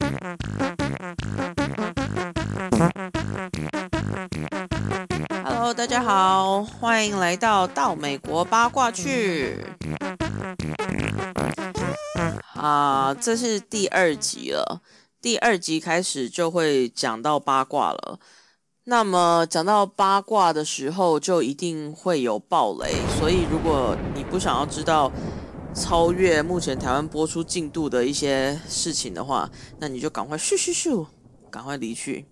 Hello，大家好，欢迎来到美国八卦去这是第二集了。第二集开始就会讲到八卦了。那么讲到八卦的时候，就一定会有爆雷，所以如果你不想要知道超越目前台湾播出进度的一些事情的话，那你就赶快咻咻咻，赶快离去。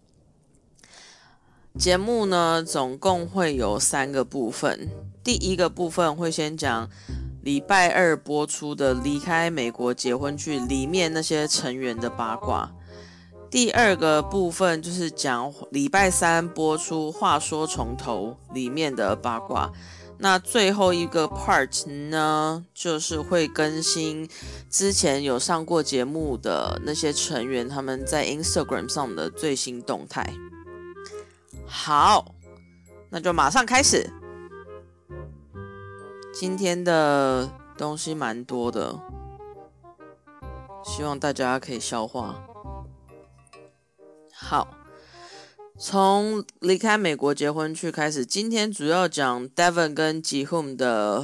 节目呢，总共会有3个部分。第一个部分会先讲礼拜二播出的《离开美国结婚去》里面那些成员的八卦。第二个部分就是讲礼拜三播出《话说从头》里面的八卦。那最后一个 part 呢，就是会更新之前有上过节目的那些成员他们在 Instagram 上的最新动态。好，那就马上开始。今天的东西蛮多的，希望大家可以消化。好，从离开美国结婚去开始，今天主要讲 Devin 跟 Jihum 的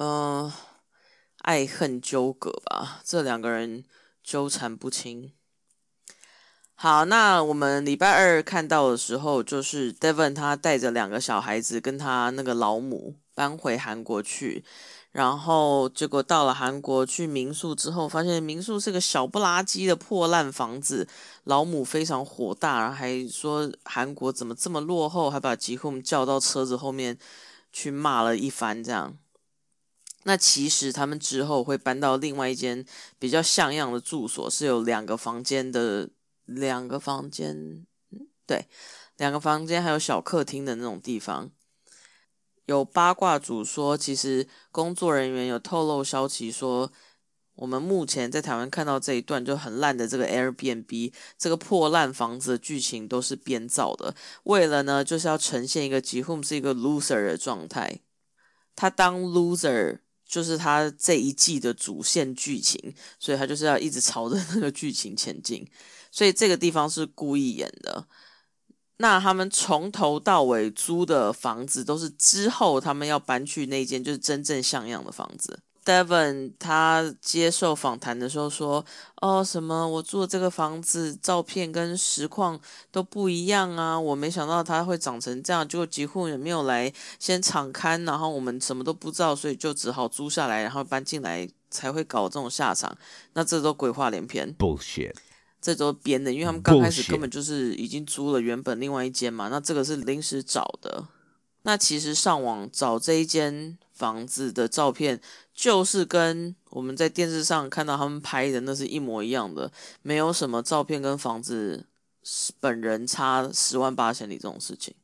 爱恨纠葛吧，这两个人纠缠不清。好，那我们礼拜二看到的时候，就是 Devin 他带着2个小孩子跟他那个老母搬回韩国去，然后结果到了韩国去民宿之后，发现民宿是个小不拉几的破烂房子，老母非常火大，还说韩国怎么这么落后，还把Jihum叫到车子后面去骂了一番这样。那其实他们之后会搬到另外一间比较像样的住所，是有2个房间的。2个房间，对，2个房间还有小客厅的那种地方。有八卦主说，其实工作人员有透露消息说，我们目前在台湾看到这一段就很烂的这个 Airbnb 这个破烂房子的剧情都是编造的，为了呢就是要呈现一个Jihum是一个 loser 的状态，他当 loser。就是他这一季的主线剧情，所以他就是要一直朝着那个剧情前进，所以这个地方是故意演的。那他们从头到尾租的房子都是之后他们要搬去那间就是真正像样的房子。Devin 他接受访谈的时候说：“什么我住的这个房子照片跟实况都不一样啊！我没想到它会长成这样，结果几乎也没有来先场勘，然后我们什么都不知道，所以就只好租下来，然后搬进来才会搞这种下场。那这都鬼话连篇 ，bullshit， 这都编的，因为他们刚开始根本就是已经租了原本另外一间嘛，那这个是临时找的。那其实上网找这一间房子的照片，就是跟我们在电视上看到他们拍的那是一模一样的，没有什么照片跟房子本人差10万8千里这种事情。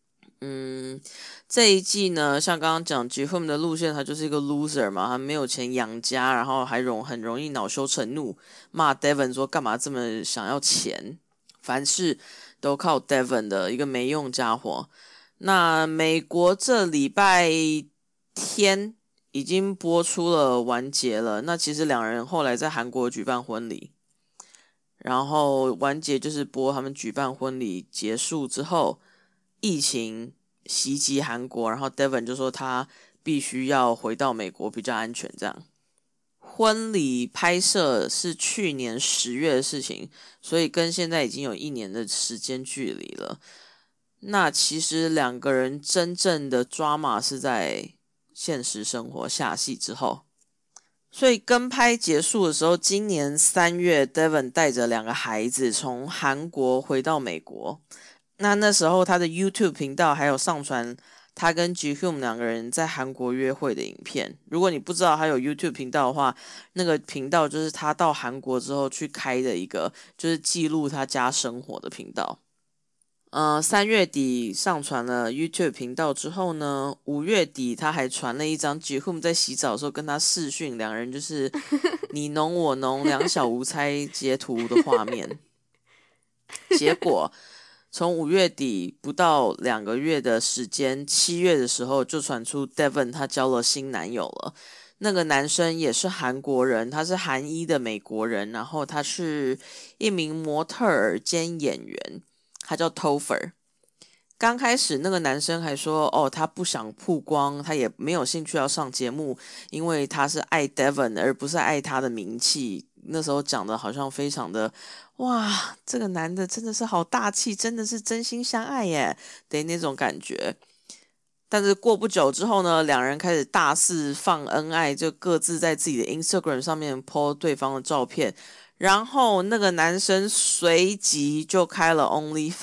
这一季呢，像刚刚讲 Jihum 的路线，他就是一个 loser 嘛，他没有钱养家，然后还很容易恼羞成怒，骂 Devin 说干嘛这么想要钱，凡事都靠 Devin 的一个没用家伙。那美国这礼拜天已经播出了完结了，那其实2人后来在韩国举办婚礼，然后完结就是播他们举办婚礼结束之后，疫情袭击韩国，然后 Devin 就说他必须要回到美国比较安全这样。婚礼拍摄是去年10月的事情，所以跟现在已经有1年的时间距离了。那其实2个人真正的drama是在现实生活下戏之后，所以跟拍结束的时候，今年3月 Devin 带着2个孩子从韩国回到美国。那时候他的 YouTube 频道还有上传他跟 Jihum 2个人在韩国约会的影片。如果你不知道他有 YouTube 频道的话，那个频道就是他到韩国之后去开的一个就是记录他家生活的频道。3月底上传了 YouTube 频道之后呢，5月底他还传了一张 Jihum 在洗澡的时候跟他视讯，2人就是你侬我侬2小无猜截图的画面。结果从5月底不到2个月的时间，7月的时候就传出 Devin 他交了新男友了。 那个男生也是韩国人，他是韩裔的美国人，然后他是一名模特儿兼演员，他叫 Topher。刚开始那个男生还说，他不想曝光，他也没有兴趣要上节目，因为他是爱 Devon 而不是爱他的名气。那时候讲的好像非常的，哇，这个男的真的是好大气，真的是真心相爱耶的那种感觉。但是过不久之后呢，两人开始大肆放恩爱，就各自在自己的 Instagram 上面 po 对方的照片，然后那个男生随即就开了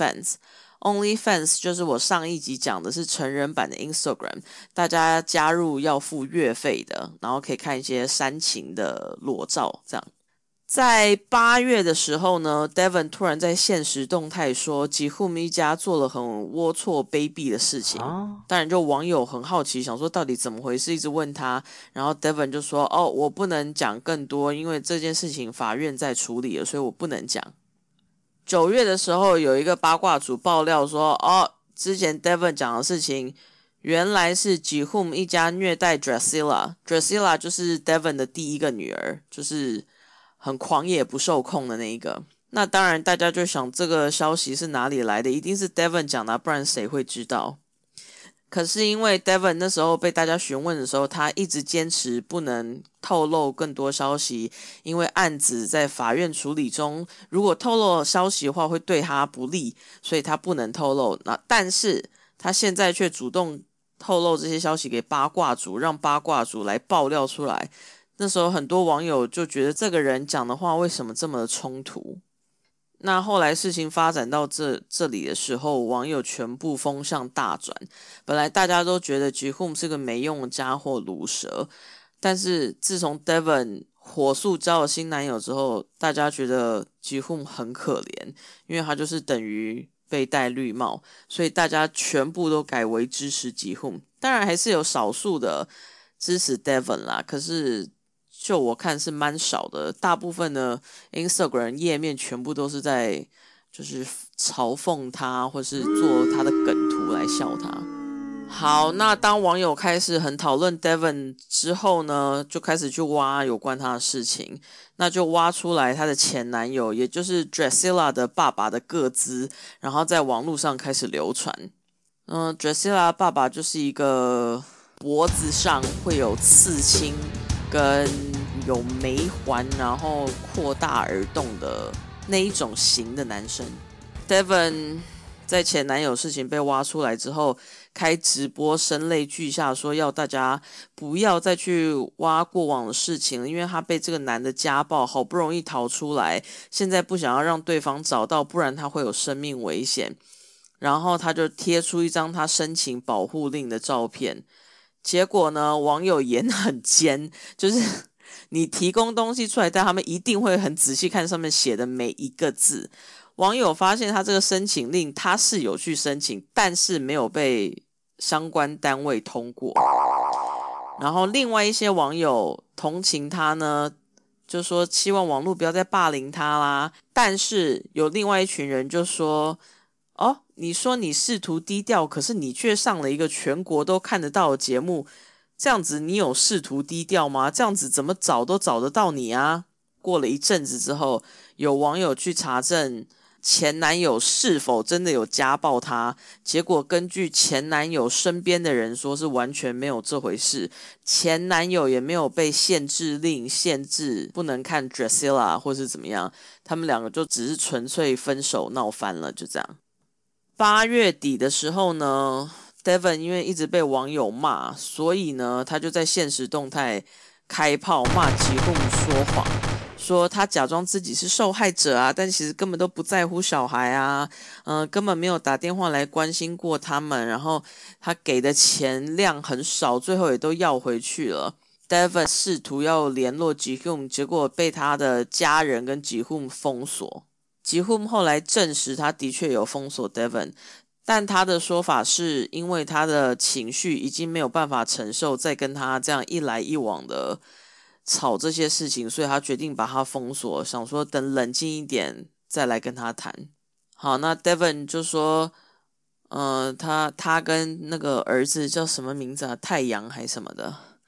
OnlyFans。OnlyFans 就是我上一集讲的是成人版的 Instagram，大家加入要付月费的，然后可以看一些煽情的裸照，这样。在8月的时候呢，Devon 突然在现实动态说，吉户一家做了很龌龊卑鄙的事情。当然，就网友很好奇，想说到底怎么回事，一直问他。然后 Devon 就说：“我不能讲更多，因为这件事情法院在处理了，所以我不能讲。”9月的时候，有一个八卦组爆料说：之前 Devon 讲的事情，原来是吉户一家虐待 Drascilla。Drascilla 就是 Devon 的第一个女儿，就是很狂野不受控的那一个。那当然，大家就想这个消息是哪里来的？一定是 Devon 讲的，不然谁会知道？可是因为 Devon 那时候被大家询问的时候，他一直坚持不能透露更多消息，因为案子在法院处理中，如果透露消息的话会对他不利，所以他不能透露。但是他现在却主动透露这些消息给八卦组，让八卦组来爆料出来。那时候很多网友就觉得这个人讲的话为什么这么的冲突？那后来事情发展到这里的时候，网友全部风向大转。本来大家都觉得 Jihum 是个没用的家伙、毒蛇，但是自从 Devon 火速交了新男友之后，大家觉得 Jihum 很可怜，因为他就是等于被戴绿帽，所以大家全部都改为支持 Jihum。当然还是有少数的支持 Devon 啦，可是就我看是蛮少的，大部分的 Instagram 页面全部都是在就是嘲讽他，或是做他的梗图来笑他。好，那当网友开始很讨论 Devon 之后呢，就开始去挖有关他的事情，那就挖出来他的前男友，也就是 Drascilla 的爸爸的个资，然后在网络上开始流传。Drascilla 爸爸就是一个脖子上会有刺青跟有眉环，然后扩大耳洞的那一种型的男生。Devon 在前男友事情被挖出来之后，开直播声泪俱下，说要大家不要再去挖过往的事情了，因为他被这个男的家暴，好不容易逃出来，现在不想要让对方找到，不然他会有生命危险。然后他就贴出一张他申请保护令的照片。结果呢，网友也很尖，就是你提供东西出来，但他们一定会很仔细看上面写的每一个字。网友发现他这个申请令他是有去申请，但是没有被相关单位通过。然后另外一些网友同情他呢，就说希望网络不要再霸凌他啦。但是有另外一群人就说，你说你试图低调，可是你却上了一个全国都看得到的节目，这样子你有试图低调吗？这样子怎么找都找得到你啊。过了一阵子之后，有网友去查证前男友是否真的有家暴她，结果根据前男友身边的人说是完全没有这回事，前男友也没有被限制令限制不能看 Drascilla 或是怎么样，他们两个就只是纯粹分手闹翻了，就这样。8月底的时候呢， Devon 因为一直被网友骂，所以呢他就在现实动态开炮骂吉户说谎，说他假装自己是受害者啊，但其实根本都不在乎小孩啊，根本没有打电话来关心过他们，然后他给的钱量很少，最后也都要回去了。Devon 试图要联络吉户，结果被他的家人跟吉户封锁。吉户后来证实他的确有封锁 Devon， 但他的说法是因为他的情绪已经没有办法承受再跟他这样一来一往的吵这些事情，所以他决定把他封锁，想说等冷静一点再来跟他谈。好，那 Devon 就说他跟那个儿子叫什么名字啊？太阳还什么的，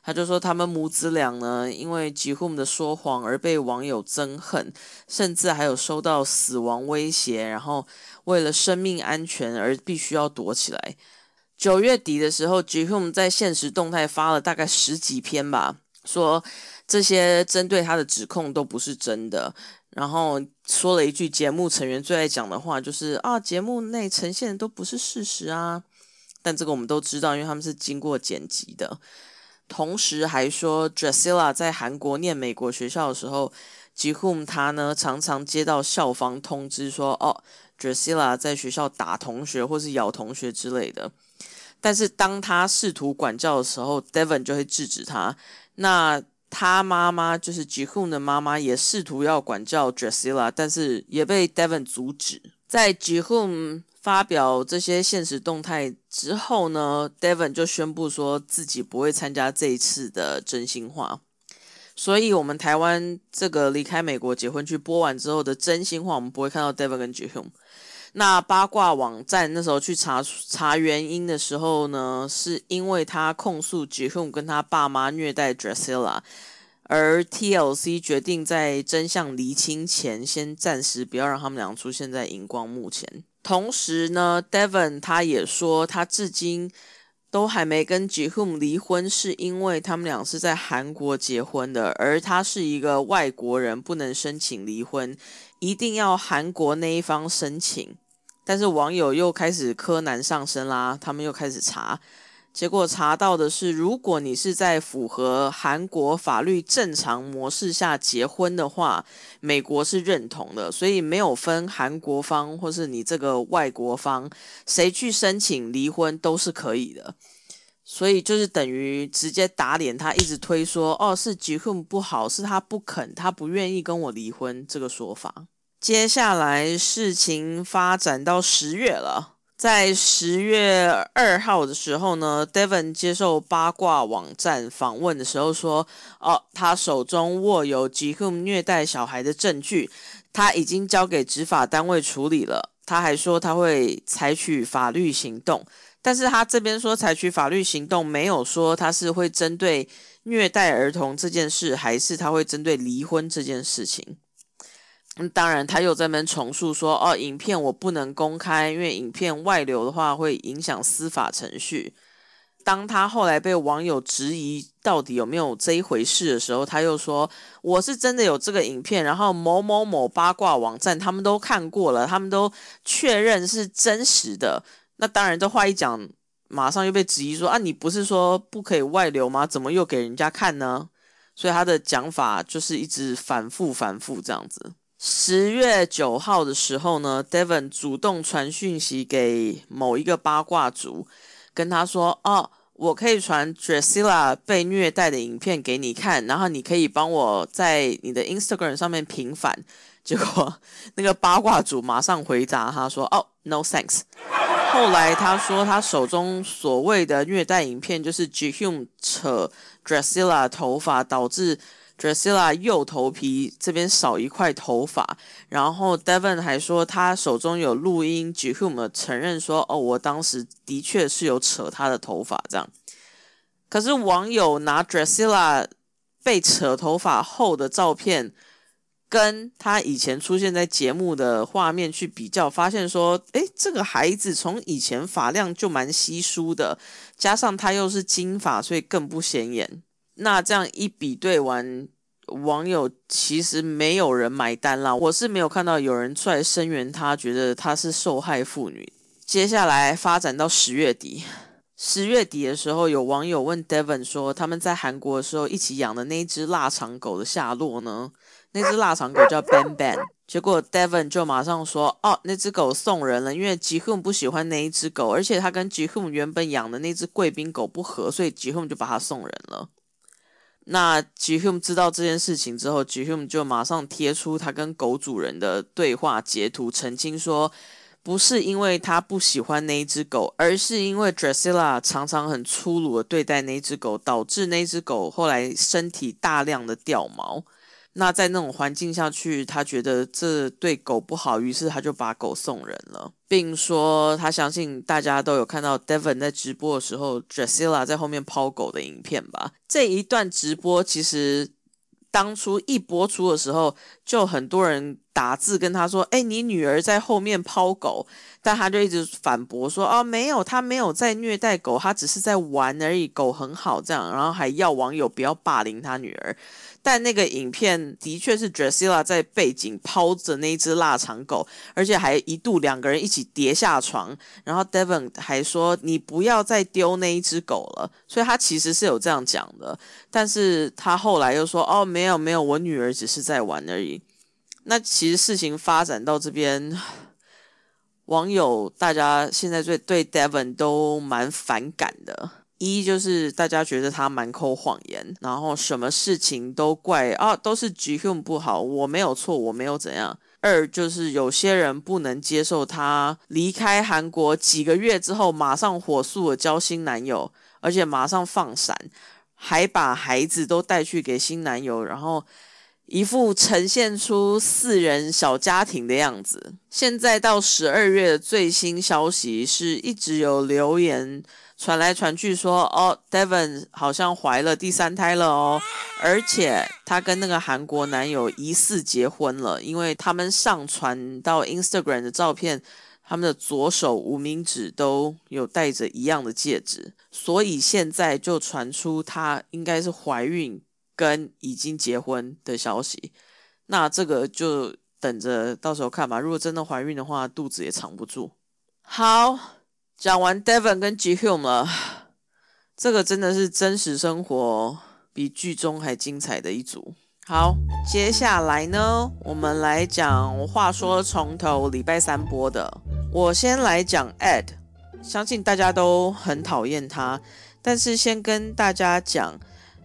他就说他们母子俩呢，因为Jihum的说谎而被网友憎恨，甚至还有收到死亡威胁，然后为了生命安全而必须要躲起来。9月底的时候 Jihum 在现实动态发了大概10几篇吧，说这些针对他的指控都不是真的，然后说了一句节目成员最爱讲的话，就是啊，节目内呈现的都不是事实啊。但这个我们都知道，因为他们是经过剪辑的。同时还说 Drascilla 在韩国念美国学校的时候，Jihum 他呢常常接到校方通知说，哦 Drascilla 在学校打同学或是咬同学之类的。但是当他试图管教的时候 Devon 就会制止他。那他妈妈就是 Jihum 的妈妈也试图要管教 Drascilla， 但是也被 Devon 阻止。在 Jihum 发表这些现实动态之后呢， Devon 就宣布说自己不会参加这一次的真心话。所以我们台湾这个离开美国结婚去播完之后的真心话，我们不会看到 Devon 跟 Jihum。那八卦网站那时候去查原因的时候呢，是因为他控诉 Jihum 跟他爸妈虐待 Drascilla， 而 TLC 决定在真相厘清前，先暂时不要让他们俩出现在荧光幕前。同时呢 Devon 他也说他至今都还没跟 Jihum 离婚，是因为他们俩是在韩国结婚的，而他是一个外国人，不能申请离婚，一定要韩国那一方申请。但是网友又开始柯南上身啦，他们又开始查，结果查到的是，如果你是在符合韩国法律正常模式下结婚的话，美国是认同的，所以没有分韩国方或是你这个外国方，谁去申请离婚都是可以的。所以就是等于直接打脸他一直推说，哦，是Jihum不好，是他不肯，他不愿意跟我离婚这个说法。接下来事情发展到10月了，在10月2号的时候呢 Devon 接受八卦网站访问的时候说，哦，他手中握有 Jihum 虐待小孩的证据，他已经交给执法单位处理了。他还说他会采取法律行动，但是他这边说采取法律行动，没有说他是会针对虐待儿童这件事，还是他会针对离婚这件事情。当然他又在那边重述说，哦，影片我不能公开，因为影片外流的话会影响司法程序。当他后来被网友质疑到底有没有这一回事的时候，他又说我是真的有这个影片，然后某某某八卦网站他们都看过了，他们都确认是真实的。那当然这话一讲，马上又被质疑说，啊，你不是说不可以外流吗？怎么又给人家看呢？所以他的讲法就是一直反复这样子。10月9号的时候呢 Devon 主动传讯息给某一个八卦族，跟他说，哦，我可以传 Drascilla 被虐待的影片给你看，然后你可以帮我在你的 Instagram 上面平反。结果那个八卦主马上回答他说，哦 no thanks。 后来他说他手中所谓的虐待影片就是 Jihum 扯 Drascilla 头发，导致Drascilla 右头皮这边少一块头发，然后 Devon 还说他手中有录音 Jihum 承认说，哦，我当时的确是有扯他的头发这样。可是网友拿 Drascilla 被扯头发后的照片跟他以前出现在节目的画面去比较，发现说，诶，这个孩子从以前发量就蛮稀疏的，加上他又是金发，所以更不显眼。那这样一比对完，网友其实没有人买单啦，我是没有看到有人出来声援他，觉得他是受害妇女。接下来发展到10月底，10月底的时候，有网友问 Devon 说，他们在韩国的时候一起养的那只腊肠狗的下落呢？那只腊肠狗叫 Ban Ban， 结果 Devon 就马上说，哦，那只狗送人了，因为 Jihum 不喜欢那一只狗，而且他跟 Jihum 原本养的那只贵宾狗不合，所以 Jihum 就把它送人了。那 Jihum 知道这件事情之后， Jihum 就马上贴出他跟狗主人的对话截图，澄清说不是因为他不喜欢那一只狗，而是因为 Drascilla 常常很粗鲁的对待那只狗，导致那只狗后来身体大量的掉毛。 那在那种环境下去，他觉得这对狗不好，于是他就把狗送人了，并说他相信大家都有看到 Devon 在直播的时候 Drusilla 在后面抛狗的影片吧。这一段直播其实当初一播出的时候，就很多人打字跟他说：“你女儿在后面抛狗。”但他就一直反驳说：“哦，没有，他没有在虐待狗，他只是在玩而已，狗很好这样。”然后还要网友不要霸凌他女儿。但那个影片的确是 Drusilla 在背景抛着那一只腊肠狗，而且还一度两个人一起跌下床，然后 Devon 还说你不要再丢那一只狗了，所以他其实是有这样讲的，但是他后来又说哦没有没有，我女儿只是在玩而已。那其实事情发展到这边，网友大家现在对 Devon 都蛮反感的。一就是大家觉得他满口谎言，然后什么事情都怪都是 Jihyun 不好，我没有错，我没有怎样。二就是有些人不能接受他离开韩国几个月之后马上火速的交新男友，而且马上放闪，还把孩子都带去给新男友，然后一副呈现出4人小家庭的样子。现在到12月的最新消息是一直有留言传来传去说Devon 好像怀了第3胎了哦，而且他跟那个韩国男友疑似结婚了，因为他们上传到 Instagram 的照片，他们的左手无名指都有戴着一样的戒指，所以现在就传出他应该是怀孕跟已经结婚的消息。那这个就等着到时候看吧，如果真的怀孕的话，肚子也藏不住。好，讲完 Devon 跟 Jihyun 了，这个真的是真实生活比剧中还精彩的一组。好，接下来呢，我们来讲话说从头礼拜3播的。我先来讲 Ed， 相信大家都很讨厌他，但是先跟大家讲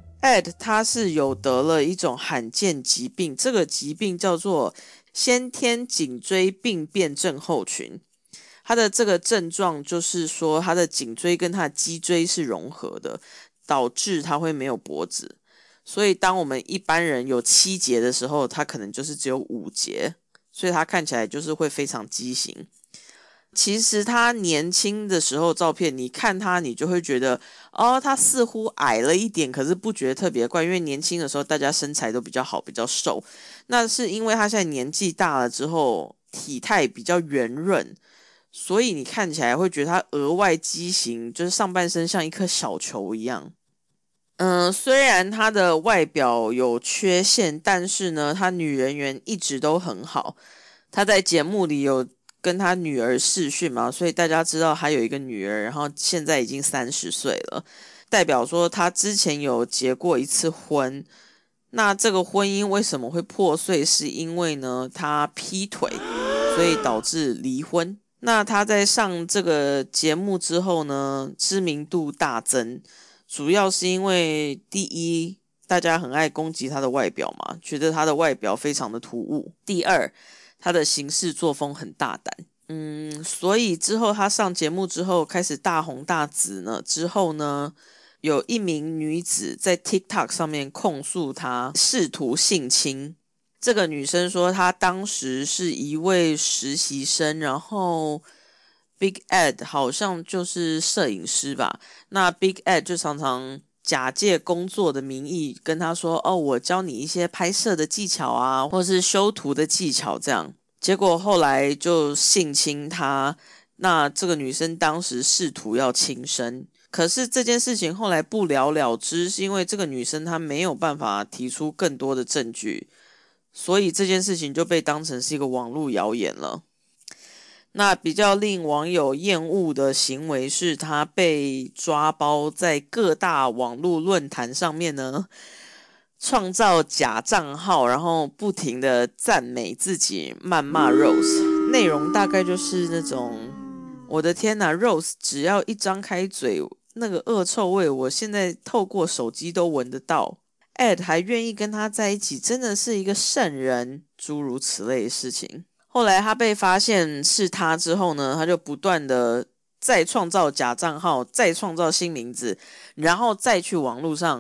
Ed 他是有得了一种罕见疾病，这个疾病叫做先天颈椎病变症候群。他的这个症状就是说，他的颈椎跟他的脊椎是融合的，导致他会没有脖子。所以当我们一般人有7节的时候，他可能就是只有5节，所以他看起来就是会非常畸形。其实他年轻的时候照片，你看他你就会觉得他似乎矮了一点，可是不觉得特别怪，因为年轻的时候大家身材都比较好，比较瘦。那是因为他现在年纪大了之后，体态比较圆润，所以你看起来会觉得他额外畸形，就是上半身像一颗小球一样。虽然他的外表有缺陷，但是呢，他女人缘一直都很好。他在节目里有跟他女儿视讯嘛，所以大家知道他有一个女儿，然后现在已经30岁了，代表说他之前有结过一次婚。那这个婚姻为什么会破碎？是因为呢，他劈腿，所以导致离婚。那他在上这个节目之后呢，知名度大增，主要是因为第一，大家很爱攻击他的外表嘛，觉得他的外表非常的突兀。第二，他的行事作风很大胆。所以之后他上节目之后开始大红大紫呢，之后呢，有一名女子在 TikTok 上面控诉他试图性侵。这个女生说她当时是一位实习生，然后 Big Ed 好像就是摄影师吧，那 Big Ed 就常常假借工作的名义跟她说我教你一些拍摄的技巧啊，或是修图的技巧这样。结果后来就性侵她，那这个女生当时试图要轻生，可是这件事情后来不了了之，是因为这个女生她没有办法提出更多的证据，所以这件事情就被当成是一个网络谣言了。那比较令网友厌恶的行为是他被抓包在各大网络论坛上面呢，创造假账号，然后不停的赞美自己，谩骂 Rose。 内容大概就是那种我的天哪， Rose 只要一张开嘴，那个恶臭味我现在透过手机都闻得到， Ed 还愿意跟他在一起，真的是一个圣人，诸如此类的事情。后来他被发现是他之后呢，他就不断的再创造假账号，再创造新名字，然后再去网络上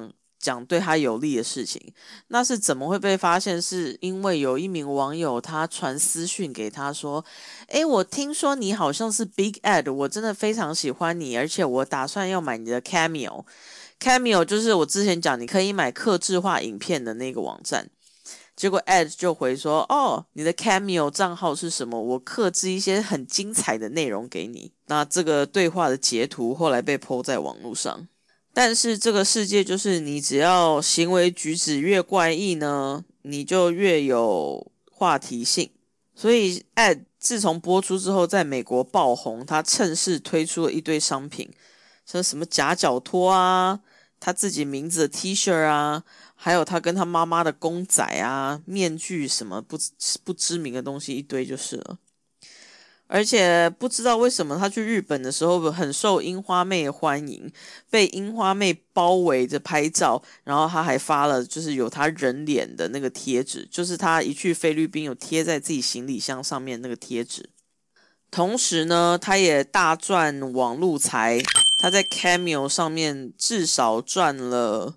讲对他有利的事情。那是怎么会被发现？是因为有一名网友他传私讯给他说：诶，我听说你好像是 Big Ed， 我真的非常喜欢你，而且我打算要买你的 Cameo。Cameo 就是我之前讲你可以买客制化影片的那个网站。结果 Ed 就回说：哦，你的 Cameo 账号是什么？我客制一些很精彩的内容给你。那这个对话的截图后来被 po 在网络上。但是这个世界就是你只要行为举止越怪异呢，你就越有话题性。所以 Ed 自从播出之后在美国爆红，他趁势推出了一堆商品，像什么夹脚拖啊，他自己名字的 T 恤啊，还有他跟他妈妈的公仔啊，面具什么不知名的东西一堆就是了。而且不知道为什么他去日本的时候很受樱花妹的欢迎，被樱花妹包围着拍照，然后他还发了就是有他人脸的那个贴纸，就是他一去菲律宾有贴在自己行李箱上面那个贴纸。同时呢，他也大赚网路财，他在 Cameo 上面至少赚了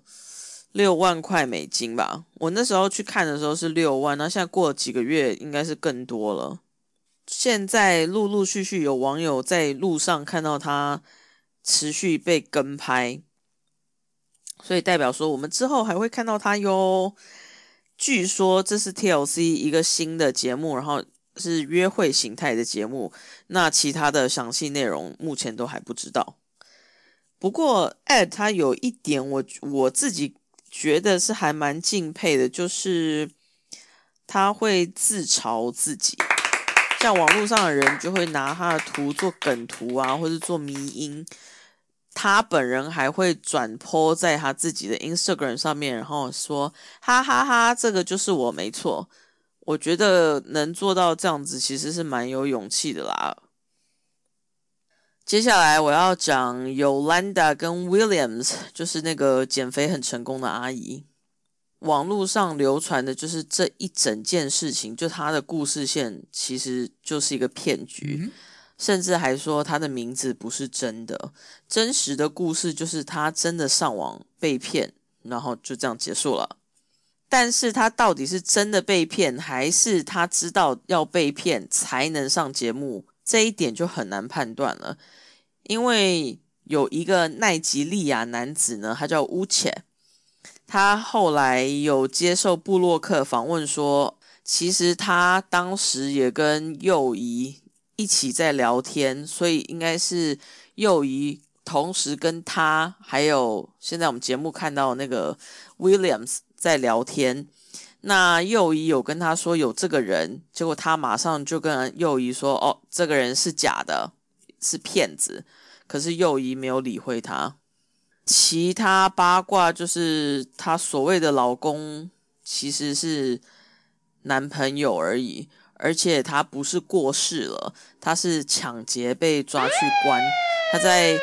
$60,000吧。我那时候去看的时候是6万，那现在过了几个月应该是更多了。现在陆陆续续有网友在路上看到他持续被跟拍，所以代表说我们之后还会看到他哟。据说这是 TLC 一个新的节目，然后是约会形态的节目，那其他的详细内容目前都还不知道。不过 Ed 他有一点我自己觉得是还蛮敬佩的，就是他会自嘲自己。像网络上的人就会拿他的图做梗图啊，或者做迷因。他本人还会转 po 在他自己的 Instagram 上面，然后说哈哈哈，这个就是我没错。我觉得能做到这样子其实是蛮有勇气的啦。接下来我要讲 Yolanda 跟 Williams， 就是那个减肥很成功的阿姨。网络上流传的就是这一整件事情，就他的故事线其实就是一个骗局，甚至还说他的名字不是真的，真实的故事就是他真的上网被骗，然后就这样结束了。但是他到底是真的被骗，还是他知道要被骗才能上节目，这一点就很难判断了。因为有一个奈及利亚男子呢，他叫乌切，他后来有接受部落客访问说，其实他当时也跟佑仪一起在聊天，所以应该是佑仪同时跟他还有现在我们节目看到那个 Williams 在聊天。那佑仪有跟他说有这个人，结果他马上就跟佑仪说，哦，这个人是假的，是骗子。可是佑仪没有理会他。其他八卦就是她所谓的老公其实是男朋友而已，而且他不是过世了，他是抢劫被抓去关。他在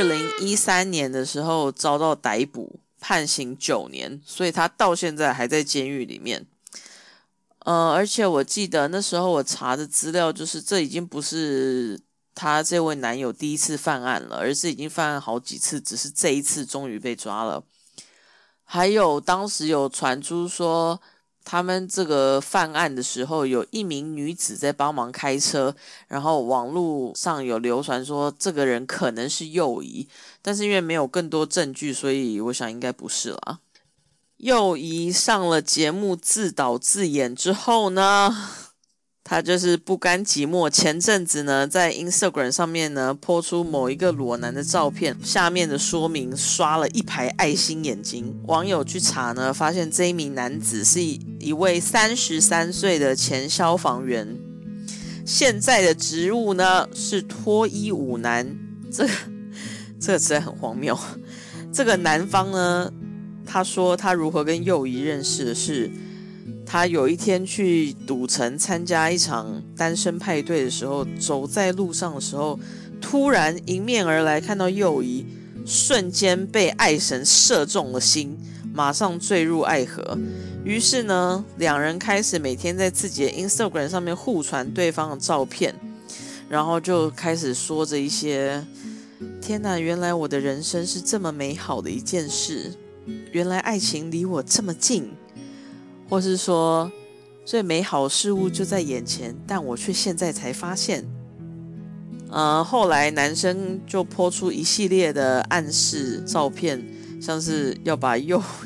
2013年的时候遭到逮捕，判刑9年，所以他到现在还在监狱里面。而且我记得那时候我查的资料就是这已经不是她这位男友第一次犯案了，而是已经犯案好几次，只是这一次终于被抓了。还有当时有传出说他们这个犯案的时候有一名女子在帮忙开车，然后网络上有流传说这个人可能是佑仪，但是因为没有更多证据，所以我想应该不是啦。佑仪上了节目自导自演之后呢，他就是不甘寂寞，前阵子呢在 Instagram 上面呢 po 出某一个裸男的照片，下面的说明刷了一排爱心眼睛。网友去查呢，发现这一名男子是一位33岁的前消防员，现在的职务呢是脱衣舞男。这个实在很荒谬。这个男方呢，他说他如何跟佑仪认识的是，他有一天去赌城参加一场单身派对的时候，走在路上的时候，突然迎面而来，看到佑仪，瞬间被爱神射中了心，马上坠入爱河。于是呢，两人开始每天在自己的 Instagram 上面互传对方的照片，然后就开始说着一些天哪，原来我的人生是这么美好的一件事。 原来爱情离我这么近，或是说最美好事物就在眼前，但我却现在才发现。后来男生就po出一系列的暗示照片，像是要把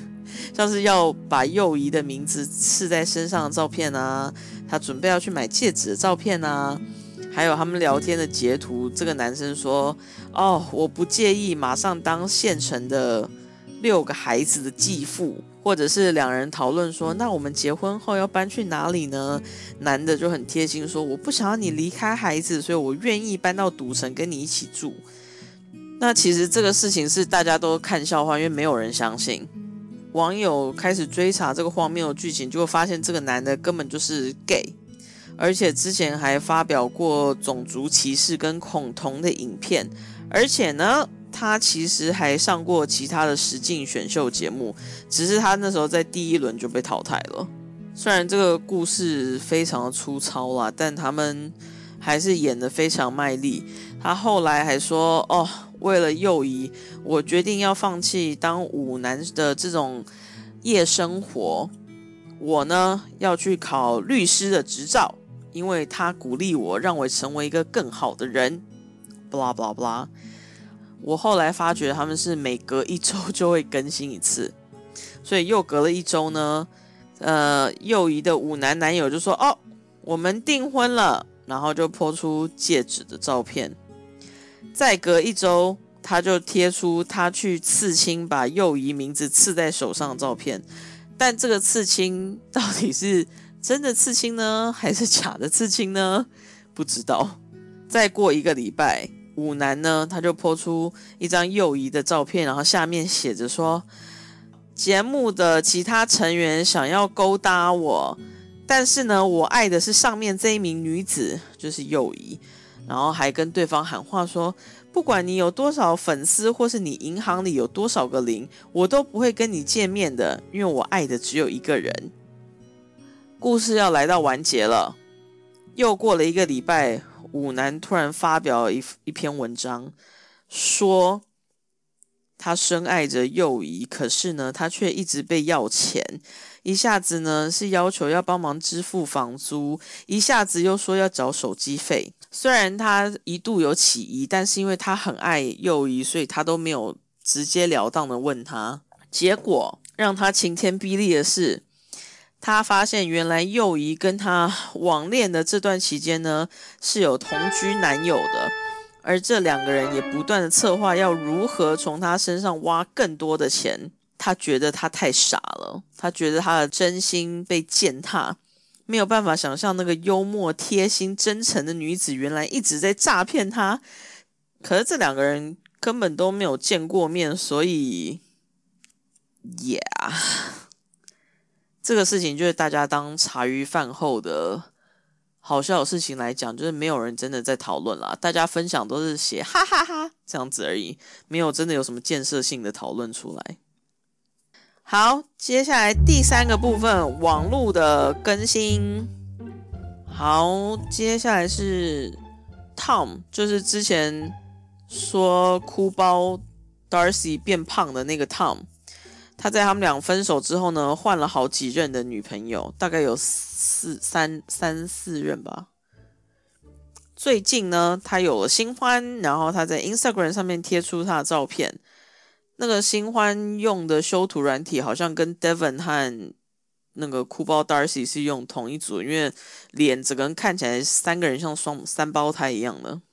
幼仪的名字刺在身上的照片啊，他准备要去买戒指的照片啊，还有他们聊天的截图。这个男生说：“哦，我不介意马上当现成的6个孩子的继父。”或者是两人讨论说：“那我们结婚后要搬去哪里呢？”男的就很贴心说：“我不想要你离开孩子，所以我愿意搬到赌城跟你一起住。”那其实这个事情是大家都看笑话，因为没有人相信。网友开始追查这个荒谬的剧情，就会发现这个男的根本就是 gay， 而且之前还发表过种族歧视跟恐同的影片，而且呢，他其实还上过其他的实境选秀节目，只是他那时候在第1轮就被淘汰了。虽然这个故事非常的粗糙啦，但他们还是演得非常卖力。他后来还说：“哦，为了幼仪，我决定要放弃当舞男的这种夜生活。我呢要去考律师的执照，因为他鼓励我，让我成为一个更好的人。” blah blah blah。我后来发觉他们是每隔1周就会更新一次，所以又隔了1周呢，幼仪的舞男男友就说：“哦，我们订婚了。”然后就po出戒指的照片。再隔1周，他就贴出他去刺青，把幼仪名字刺在手上的照片。但这个刺青到底是真的刺青呢，还是假的刺青呢？不知道。再过1个礼拜，舞男呢，他就po出一张幼仪的照片，然后下面写着说：“节目的其他成员想要勾搭我，但是呢，我爱的是上面这一名女子，就是幼仪。”然后还跟对方喊话说：“不管你有多少粉丝，或是你银行里有多少个零，我都不会跟你见面的，因为我爱的只有一个人。”故事要来到完结了，又过了1个礼拜，舞男突然发表了一篇文章，说他深爱着幼仪，可是呢，他却一直被要钱。一下子呢是要求要帮忙支付房租，一下子又说要找手机费。虽然他一度有起疑，但是因为他很爱幼仪，所以他都没有直截了当的问他。结果让他晴天霹雳的是，他发现原来幼仪跟他网恋的这段期间呢，是有同居男友的，而这2个人也不断的策划要如何从他身上挖更多的钱。他觉得他太傻了，他觉得他的真心被践踏，没有办法想象那个幽默、贴心、真诚的女子原来一直在诈骗他。可是这2个人根本都没有见过面，所以 yeah， 这个事情就是大家当茶余饭后的好笑的事情来讲，就是没有人真的在讨论啦，大家分享都是写哈哈哈这样子而已，没有真的有什么建设性的讨论出来。好，接下来第3个部分，网络的更新。好，接下来是 Tom， 就是之前说哭包 Darcy 变胖的那个 Tom， 他在他们俩分手之后呢，换了好几任的女朋友，大概有三四任吧。最近呢，他有了新欢，然后他在 Instagram 上面贴出他的照片。那个新欢用的修图软体好像跟 Devon 和那个哭包 Darcy 是用同一组，因为脸整个人看起来3个人像三胞胎一样的。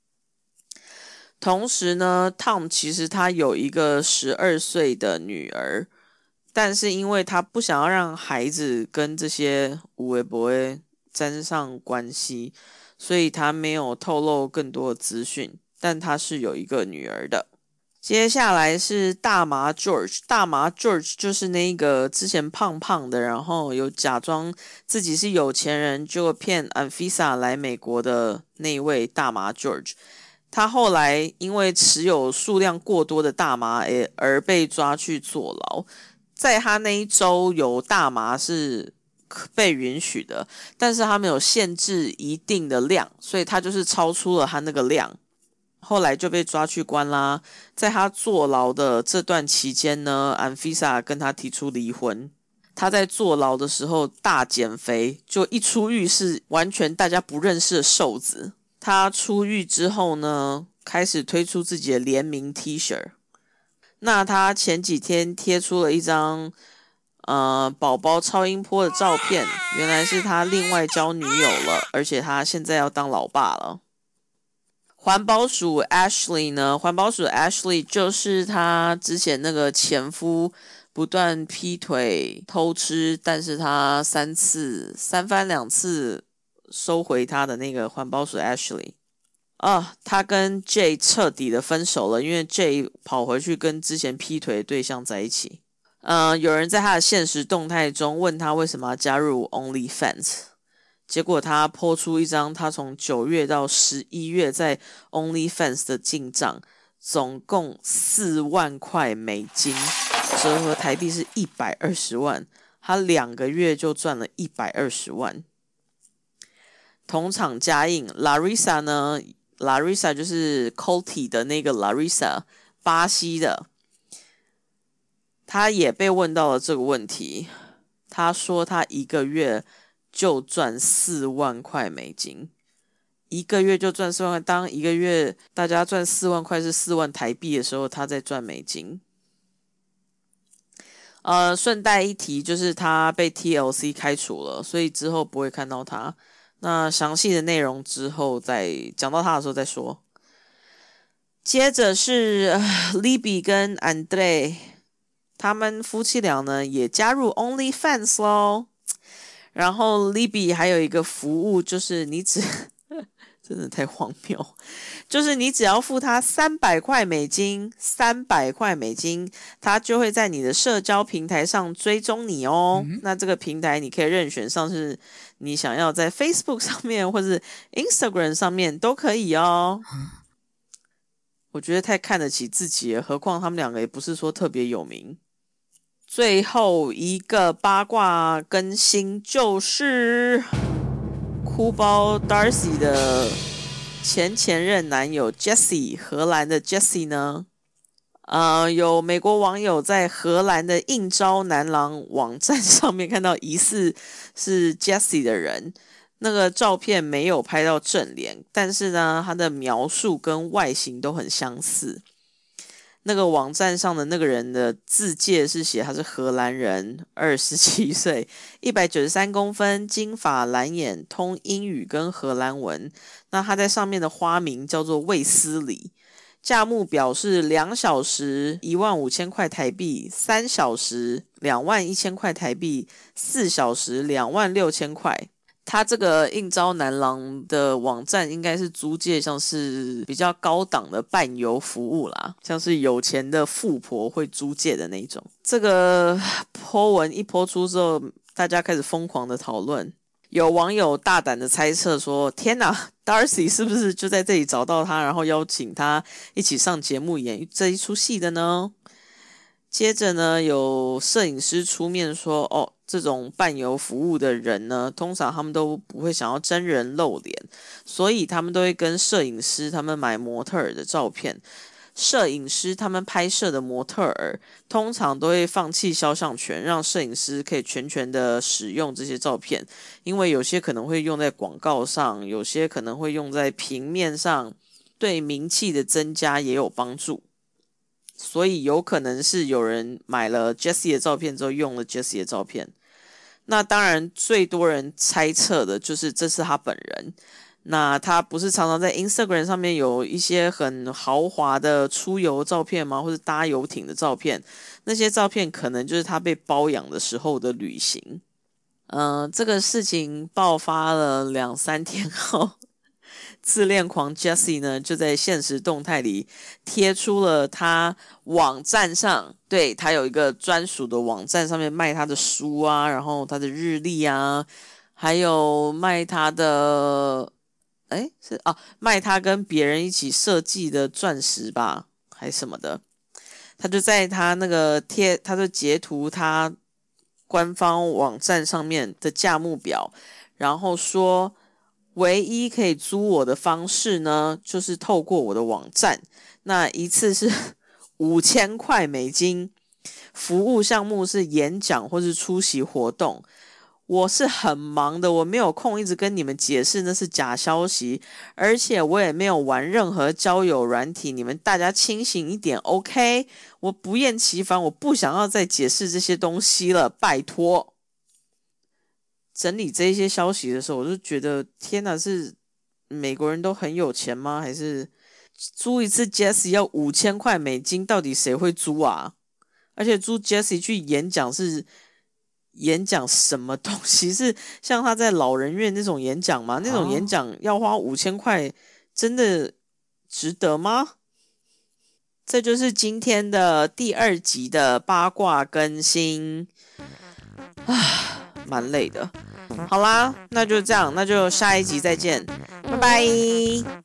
同时呢 Tom 其实他有一个12岁的女儿，但是因为他不想要让孩子跟这些有的没的沾上关系，所以他没有透露更多的资讯，但他是有一个女儿的。接下来是大麻 George， 大麻 George 就是那个之前胖胖的，然后有假装自己是有钱人，就骗 Anfisa 来美国的那位大麻 George。他后来因为持有数量过多的大麻而被抓去坐牢。在他那一周有大麻是被允许的，但是他没有限制一定的量，所以他就是超出了他那个量。 后来就被抓去关啦。在他坐牢的这段期间呢，安菲萨跟他提出离婚。他在坐牢的时候大减肥，就一出狱是完全大家不认识的瘦子。他出狱之后呢，开始推出自己的联名 T 恤。那他前几天贴出了一张宝宝超音波的照片，原来是他另外交女友了，而且他现在要当老爸了。环保署 Ashley 呢？环保署 Ashley 就是他之前那个前夫不断劈腿偷吃，但是他三番两次收回他的那个环保署 Ashley。他跟 Jay 彻底的分手了，因为 Jay 跑回去跟之前劈腿的对象在一起。有人在他的现实动态中问他为什么要加入 OnlyFans， 结果他 po 出一张他从9月到11月在 OnlyFans 的进账，总共4万块美金，折合台币是120万，他2个月就赚了120万。同场加映 Larissa 呢，Larissa 就是 Colty 的那个 Larissa， 巴西的。他也被问到了这个问题，他说他一个月就赚4万块美金，一个月就赚4万块。当一个月大家赚4万块是4万台币的时候，他在赚美金。顺带一提，就是他被 TLC 开除了，所以之后不会看到他。那详细的内容之后再讲到他的时候再说。接着是Libby 跟 Andre， 他们夫妻俩呢也加入 OnlyFans 咯。然后 Libby 还有一个服务，就是你只真的太荒谬，就是你只要付他300块美金，300块美金，他就会在你的社交平台上追踪你哦。那这个平台你可以任选，像是你想要在 Facebook 上面或是 Instagram 上面都可以哦。我觉得太看得起自己了，何况他们两个也不是说特别有名。最后一个八卦更新就是哭包 Darcy 的前任男友 Jesse， 荷兰的 Jesse 呢，有美国网友在荷兰的应招男郎网站上面看到疑似是 Jesse 的人，那个照片没有拍到正脸，但是呢，他的描述跟外形都很相似。那个网站上的那个人的自介是写他是荷兰人，27岁，193公分，金发蓝眼，通英语跟荷兰文。那他在上面的花名叫做卫斯理。价目表是2小时15000块台币，3小时21000块台币，4小时26000块。他这个应招男郎的网站应该是租借像是比较高档的伴游服务啦，像是有钱的富婆会租借的那种。这个 po 文一 po 出之后，大家开始疯狂的讨论。有网友大胆的猜测说，天哪， Darcy 是不是就在这里找到他，然后邀请他一起上节目演这一出戏的呢？接着呢，有摄影师出面说，这种伴游服务的人呢，通常他们都不会想要真人露脸，所以他们都会跟摄影师他们买模特儿的照片。摄影师他们拍摄的模特儿通常都会放弃肖像权，让摄影师可以全权的使用这些照片，因为有些可能会用在广告上，有些可能会用在平面上，对名气的增加也有帮助。所以有可能是有人买了 Jesse 的照片之后用了 Jesse 的照片。那当然最多人猜测的就是这是他本人。那他不是常常在 Instagram 上面有一些很豪华的出游照片吗？或者搭游艇的照片，那些照片可能就是他被包养的时候的旅行。这个事情爆发了2-3天后，自恋狂 Jesse 呢就在现实动态里贴出了他网站上，对，他有一个专属的网站，上面卖他的书啊，然后他的日历啊，还有卖他的卖他跟别人一起设计的钻石吧，还什么的。他就在他那个他就截图他官方网站上面的价目表，然后说唯一可以租我的方式呢，就是透过我的网站，那一次是$5000，服务项目是演讲或是出席活动。我是很忙的，我没有空一直跟你们解释那是假消息，而且我也没有玩任何交友软体，你们大家清醒一点 ，OK？ 我不厌其烦，我不想要再解释这些东西了，拜托。整理这些消息的时候，我就觉得天哪，是美国人都很有钱吗？还是租一次 Jessie 要$5000，到底谁会租啊？而且租 Jessie 去演讲是演讲什么东西？是像他在老人院那种演讲吗？那种演讲要花$5000，真的值得吗？这就是今天的第2集的八卦更新，蛮累的。好啦，那就这样，那就下一集再见，拜拜。